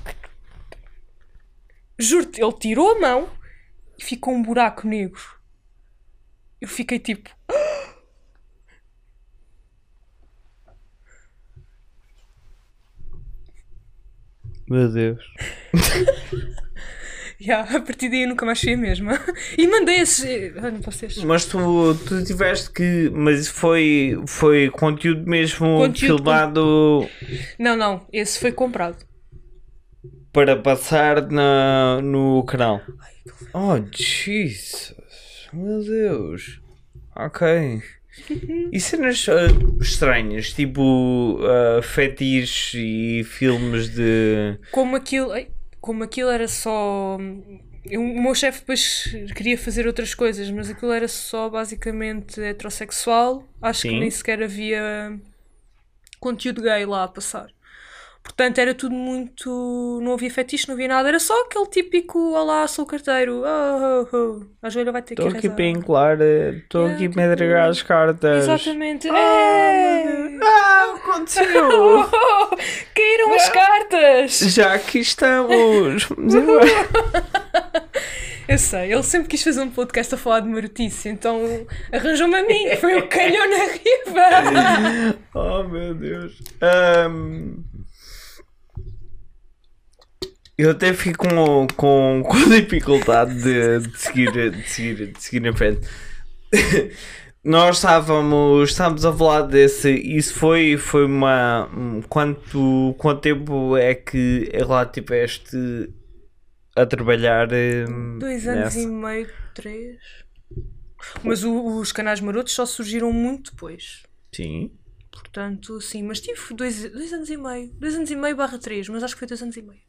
Juro-te, ele tirou a mão e ficou um buraco negro. Eu fiquei tipo. Meu Deus. Yeah, a partir daí eu nunca mais fui a mesma. E mandei esses. Olha, vocês. Mas tu, tu tiveste que. Mas foi, foi conteúdo mesmo Conteúdo filmado Não, não, esse foi comprado. para passar na, no canal. Oh, Jesus. Meu Deus. Ok. E cenas uh, estranhas, tipo uh, fetiches e filmes de. Como aquilo. ai, Como aquilo era só. eu- o meu chefe depois queria fazer outras coisas, mas aquilo era só basicamente heterossexual. Acho que Sim. nem sequer havia conteúdo gay lá a passar. Portanto, era tudo muito. Não havia fetiche, não havia nada. Era só aquele típico: Olá, sou o carteiro. Oh, oh, oh. A joelha vai ter que Estou aqui rezar. para enclar, estou Yeah, aqui tipo- para entregar as cartas. Exatamente. Ah, É! meu Deus. Ah, aconteceu! Oh, caíram as cartas! Já aqui estamos! Vamos embora. Eu sei, ele sempre quis fazer um podcast a falar de marotice, então arranjou-me a mim. Foi o calhão na riba. Oh meu Deus! Ahm, eu até fico com, com, com dificuldade de, de, seguir, de, seguir, de seguir em frente. Nós estávamos, estávamos a falar desse. Isso foi, foi uma. Quanto, quanto tempo é que lá tiveste a trabalhar? hum, Dois anos nessa? e meio, três. Mas o- os canais marotos só surgiram muito depois. Sim. Portanto, sim, mas tive dois, dois anos e meio. Dois anos e meio barra três, mas acho que foi dois anos e meio.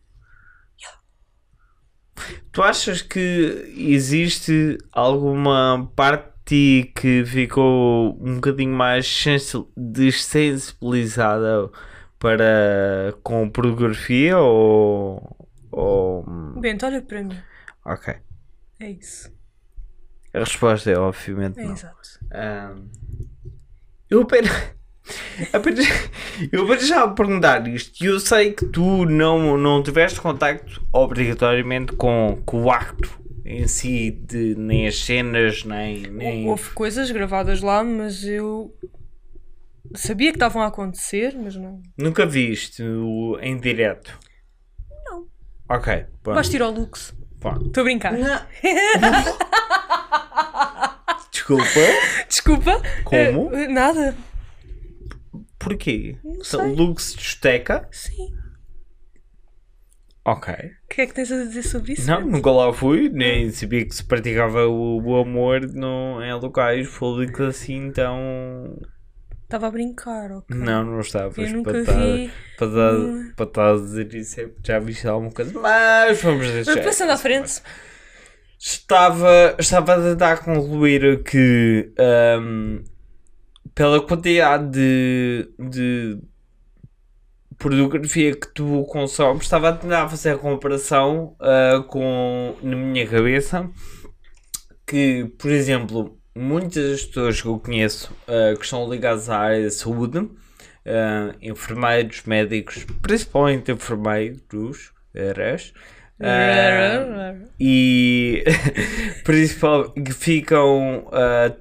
Tu achas que existe alguma parte de ti que ficou um bocadinho mais sensi- desensibilizada para com pornografia ou, ou... Bento, olha para mim. Ok. É isso. A resposta é obviamente É não. exato. Ahm, eu apenas, apenas eu apenas já a perguntar isto e eu sei que tu não, não tiveste contacto obrigatoriamente com, com o acto em si, de, nem as cenas, nem... nem... Houve coisas gravadas lá, mas eu sabia que estavam a acontecer, mas não. Nunca viste o, em direto? Não. Ok, pronto. Vais tirar o Lux. Pronto. Estou a brincar. Não. Desculpa. Desculpa. Como? Eh, nada. Porquê? Não sei. Lux discoteca? Sim. Ok. O que é que tens a dizer sobre isso? Não, Pedro? nunca lá fui, nem sabia que se praticava o, o amor no, em locais públicos assim, então... Estava a brincar, ok. Não, não estava. Eu nunca para vi. estar- Para, dar- Hum. para estar a dizer isso é porque já viste alguma coisa, mas vamos deixar. Mas passando à frente. Estava, estava a tentar concluir que ahm, pela quantidade de, de pornografia que tu consomes, estava a tentar fazer a comparação ah, com, na minha cabeça, que, por exemplo, muitas das pessoas que eu conheço ah, que estão ligadas à área da saúde, ah, enfermeiros, médicos, principalmente enfermeiros, eras, ah, e principal, que ficam ah,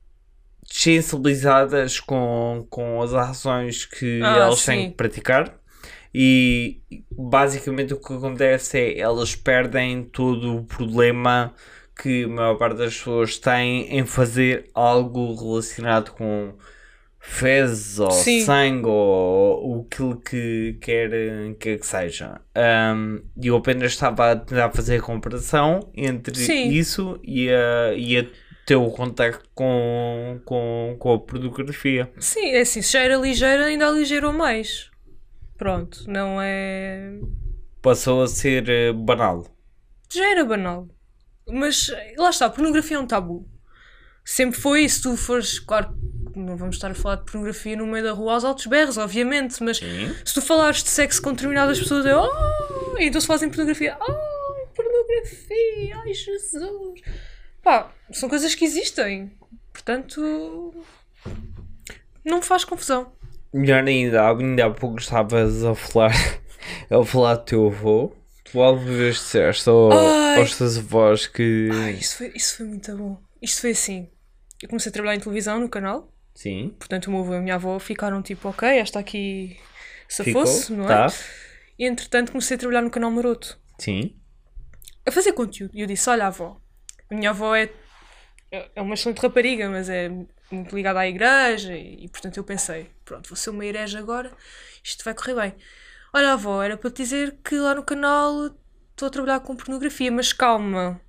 sensibilizadas com, com as ações que Ah, elas sim. têm que praticar e basicamente o que acontece é elas perdem todo o problema que a maior parte das pessoas tem em fazer algo relacionado com fezes ou Sim. sangue ou aquilo que quer, quer que seja. Um, E eu apenas estava a tentar fazer a comparação entre Sim. isso e a, e a ter o contacto com, com, com a pornografia. Sim, é assim, se já era ligeira, ainda aligeirou mais. Pronto, não é. Passou a ser eh, banal. Já era banal. Mas lá está, a pornografia é um tabu. Sempre foi, se tu fores, claro, não vamos estar a falar de pornografia no meio da rua aos altos berros, obviamente, mas Sim. se tu falares de sexo com determinadas pessoas, é oh! E então se fazem pornografia, ai, pornografia, ai Jesus. Pá, são coisas que existem. Portanto, não me faz confusão. Melhor ainda, ainda há pouco estavas a falar, a falar do teu avô. Tu alguma vez disseste ao- Ai. aos teus avós que... Ai, isso foi, isso foi muito bom. Isto foi assim. Eu comecei a trabalhar em televisão no canal. Sim, Portanto, o meu avô e a minha avó ficaram tipo, ok, esta aqui se ficou, fosse, não é? tá, E entretanto comecei a trabalhar no canal Maroto. sim, A fazer conteúdo. E eu disse, olha avó, a minha avó é, é uma excelente rapariga, mas é muito ligada à igreja. E, e, portanto eu pensei, pronto, vou ser uma herege agora, isto vai correr bem. Olha avó, era para te dizer que lá no canal estou a trabalhar com pornografia, mas calma,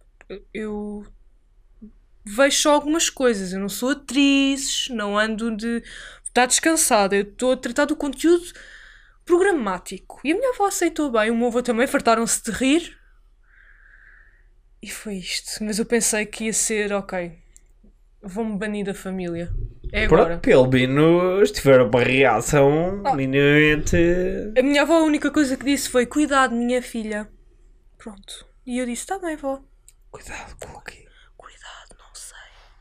eu vejo só algumas coisas, eu não sou atriz, não ando de... Está descansada, eu estou a tratar do conteúdo programático. E a minha avó aceitou bem, o meu avô também, fartaram-se de rir. E foi isto. Mas eu pensei que ia ser, ok, vou-me banir da família. É agora. pronto, pelo menos tiveram uma reação Ah. minimamente... A minha avó a única coisa que disse foi, cuidado minha filha. Pronto. E eu disse, está bem vó. Cuidado com o quê? Cuidado, não sei.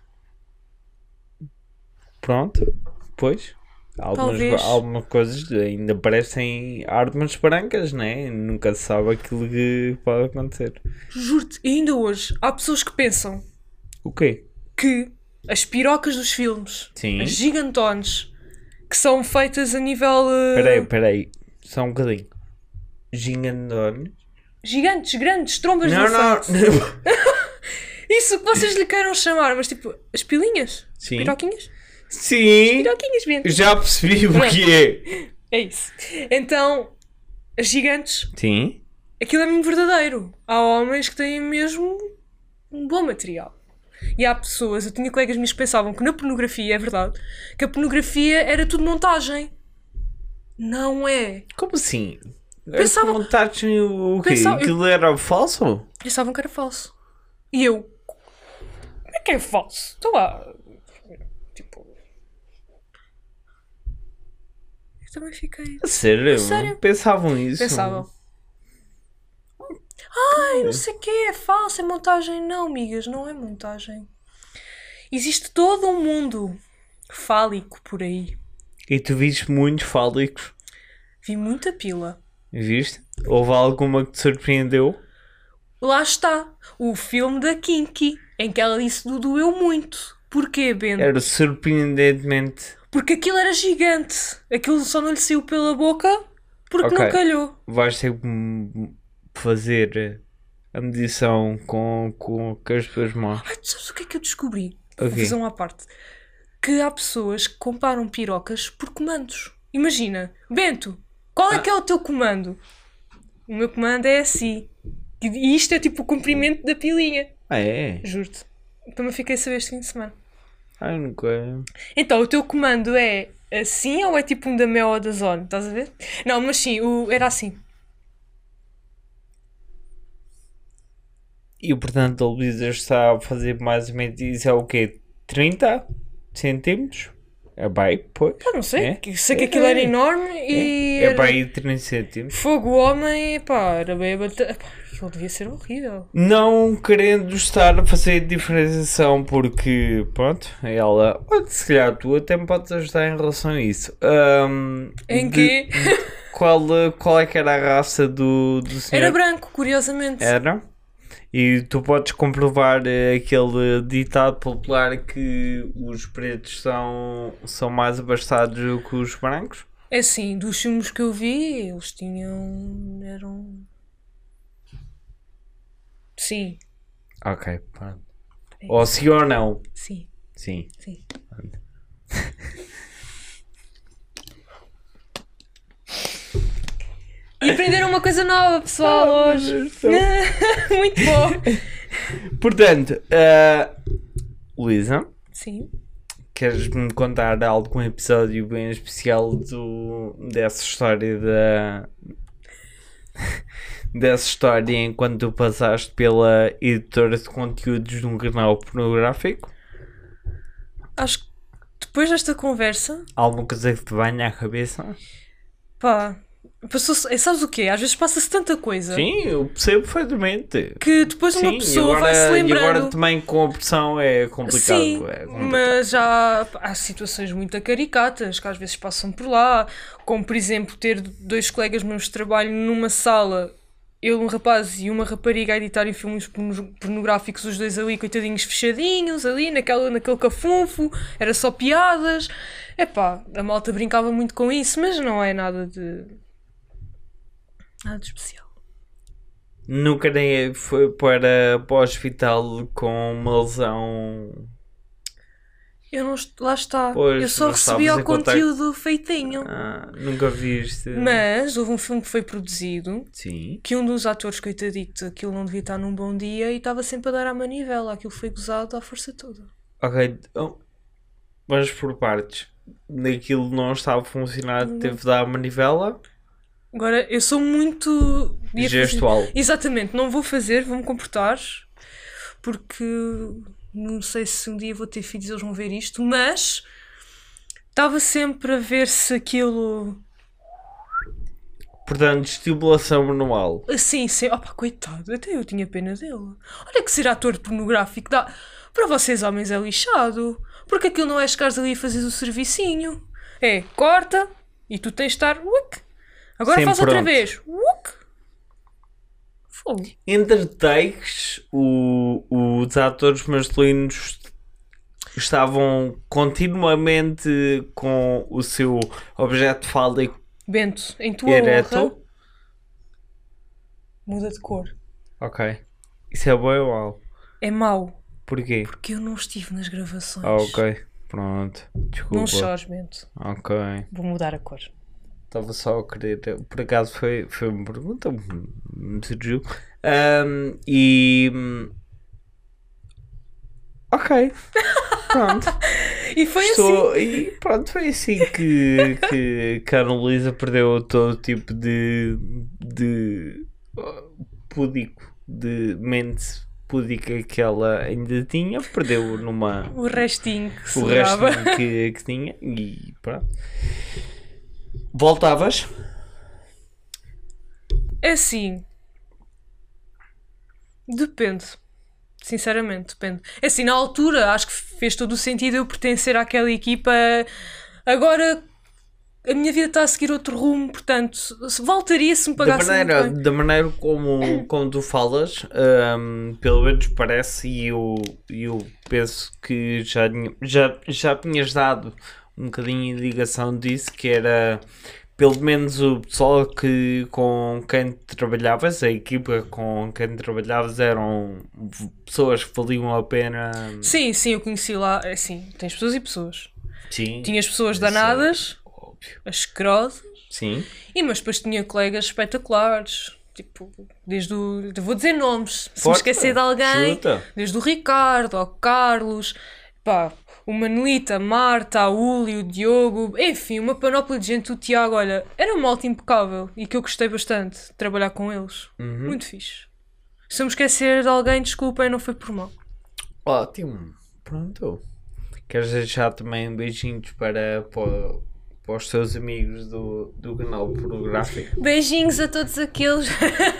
Pronto, pois, algumas, Talvez. algumas coisas ainda parecem armas brancas, né? Nunca se sabe aquilo que pode acontecer. Juro-te, e ainda hoje há pessoas que pensam O quê? que as pirocas dos filmes, Sim. as gigantones, que são feitas a nível... eh, Peraí, peraí, só um bocadinho. Gingandone? gigantes, grandes, trombas Não, de não, elefante. não. Isso que vocês lhe queiram chamar, mas tipo, as pilinhas? Sim. Piroquinhas? Sim, Piroquinhas, bem. já percebi o Pronto. que é. É isso. Então, as gigantes, Sim, aquilo é mesmo verdadeiro. Há homens que têm mesmo um bom material. E há pessoas, eu tinha colegas meus que pensavam que na pornografia, é verdade, que a pornografia era tudo montagem. Não é. como assim? Pensava- As montagens, o quê? Pensava- Aquilo era falso? Pensavam que era falso. E eu, como é que é falso? Estou lá. Tipo. Eu também fiquei. A sério? A sério? Pensavam isso? Pensavam. Ai, não sei o que é falso, é montagem. Não, amigas, não é montagem. Existe todo um mundo fálico por aí. E tu viste muitos fálicos? Vi muita pila. Viste? Houve alguma que te surpreendeu? Lá está, o filme da Kinky, em que ela disse do doeu muito. Porquê, Bento? Era surpreendentemente... Porque aquilo era gigante. Aquilo só não lhe saiu pela boca porque Ok. não calhou. Vais ter que fazer a medição com, com, com as tuas mãos. Ai, tu sabes o que é que eu descobri? Ok. Vou fazer uma à parte. Que há pessoas que comparam pirocas por comandos. Imagina, Bento, qual é Ah. que é o teu comando? O meu comando é assim. E isto é tipo o comprimento da pilinha. Ah, é? Juro-te. Também fiquei a saber este fim de semana. Ah, eu nunca... Então, o teu comando é assim ou é tipo um da Mel ou da Zone? Estás a ver? Não, mas sim, o... era assim. E portanto a Luísa está a fazer mais ou menos isso é o quê? trinta centímetros? É bem, pois. Eu não sei. É? que- Sei que aquilo era enorme e... É, é era- bem trinta centímetros. Fogo homem, pá, era bem a bater... Epá, aquilo devia ser horrível. Não querendo estar a fazer diferenciação porque, pronto, ela... Olha, se calhar tu até me podes ajudar em relação a isso. Ahm, Em de- quê? Qual, qual é que era a raça do, do senhor? Era branco, curiosamente. Era? E tu podes comprovar eh, aquele ditado popular que os pretos são, são mais abastados do que os brancos? É assim, dos filmes que eu vi, eles tinham... eram... Sim, Ok, pronto. É Ou sim ou não? sim, Sim. sim. E aprenderam uma coisa nova, pessoal, hoje. Muito bom. Portanto, eh, Luísa, Sim. queres-me contar algum episódio bem especial do, dessa história da... dessa história enquanto tu passaste pela editora de conteúdos de um canal pornográfico? Acho que depois desta conversa, Alguma coisa que te venha à cabeça? pá, passou-se... Sabes o quê? Às vezes passa-se tanta coisa Sim, eu percebo perfeitamente. que depois uma Sim, e pessoa agora, vai-se e lembrando. agora também com a pressão é complicado. Sim, é complicado. mas já há situações muito caricatas que às vezes passam por lá, como por exemplo ter dois colegas meus de trabalho numa sala, eu, um rapaz e uma rapariga a editarem filmes porno- pornográficos, os dois ali coitadinhos fechadinhos, ali naquela, naquele cafunfo, era só piadas. Epá, a malta brincava muito com isso, mas não é nada de... nada de especial. Nunca nem foi para, para o hospital com uma lesão. Eu não... est- Lá está. Pois, eu só não recebi estavas ao em contacto. conteúdo feitinho. Ah, nunca viste. Mas houve um filme que foi produzido Sim. que um dos atores, coitadito, aquilo não devia estar num bom dia e estava sempre a dar à manivela. Aquilo foi gozado à força toda. Ok, então, vamos por partes. Daquilo não estava a funcionar, teve de dar a manivela. Agora, eu sou muito... ia fazer- Gestual. Exatamente, não vou fazer, vou-me comportar, porque não sei se um dia vou ter filhos e eles vão ver isto, mas estava sempre a ver se aquilo... Portanto, estimulação manual. Assim, sem... Opa, coitado, até eu tinha pena dele. Olha que ser ator pornográfico dá... Para vocês homens é lixado. Porque aquilo não é chegares ali e fazes o servicinho. É, corta e tu tens de estar... Uic. Agora Sempre faz outra pronto. vez. Uic. Fogo. Entre takes, o, os atores masculinos estavam continuamente com o seu objeto fálico Bento, em tua ereto. honra, muda de cor. Ok. Isso é bom ou mau? É mau. Porquê? Porque eu não estive nas gravações. Ah, ok. Pronto. Desculpa. Não chores, Bento. Ok. Vou mudar a cor. Estava só a querer. Por acaso foi, foi uma pergunta, me surgiu. Ahm, e. Ok. Pronto. E foi Estou, assim. e pronto, foi assim que, que, que a Ana Luísa perdeu todo tipo de. de. uh, púdico, de mente púdica que ela ainda tinha. Perdeu numa. O restinho que o sobrava. resto que, que tinha. E pronto. Voltavas? É assim. Depende. Sinceramente, depende. É assim, na altura, acho que fez todo o sentido eu pertencer àquela equipa. Agora, a minha vida está a seguir outro rumo, portanto, se- voltaria se me Da pagasse muito maneira, bem. da maneira como, como tu falas, hum, pelo menos parece, e eu, eu penso que já, tinha- já, já tinhas dado um bocadinho de ligação disso, que era pelo menos o pessoal que, com quem trabalhavas, a equipa com quem trabalhavas eram v- pessoas que valiam a pena. Sim, sim, eu conheci lá, é assim, tens pessoas e pessoas. Sim, Tinhas pessoas isso é danadas, óbvio. asquerosas, Sim, e mas depois tinha colegas espetaculares, tipo, desde o, eu vou dizer nomes, se me Força, esquecer de alguém, chuta. desde o Ricardo ao Carlos, pá, o Manuelita, a Marta, a Uli, o Diogo, enfim, uma panóplia de gente, o Tiago, olha, era um malta impecável e que eu gostei bastante de trabalhar com eles, muito fixe. Se eu me esquecer de alguém, desculpem, não foi por mal. Ótimo, pronto. Queres deixar também beijinhos para, para, para os teus amigos do, do canal pornográfico? Beijinhos a todos aqueles.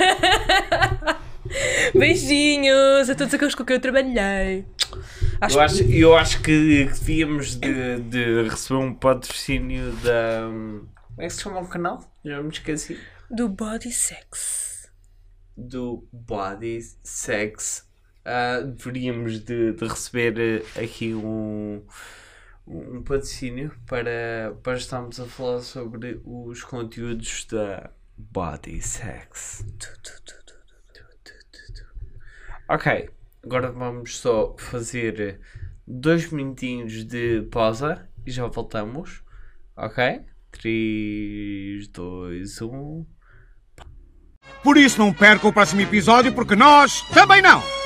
Beijinhos a todos aqueles com quem eu trabalhei. Acho Eu acho, eu acho que devíamos de, de receber um patrocínio da... Como é que se chama o canal? Já me esqueci. do Body Sex. Do Body Sex. Ah, deveríamos de, de receber eh, aqui um, um patrocínio para, para estarmos a falar sobre os conteúdos da Body Sex. Ok, agora vamos só fazer dois minutinhos de pausa e já voltamos. Ok? três, dois, um. Por isso não perca o próximo episódio, porque nós também não!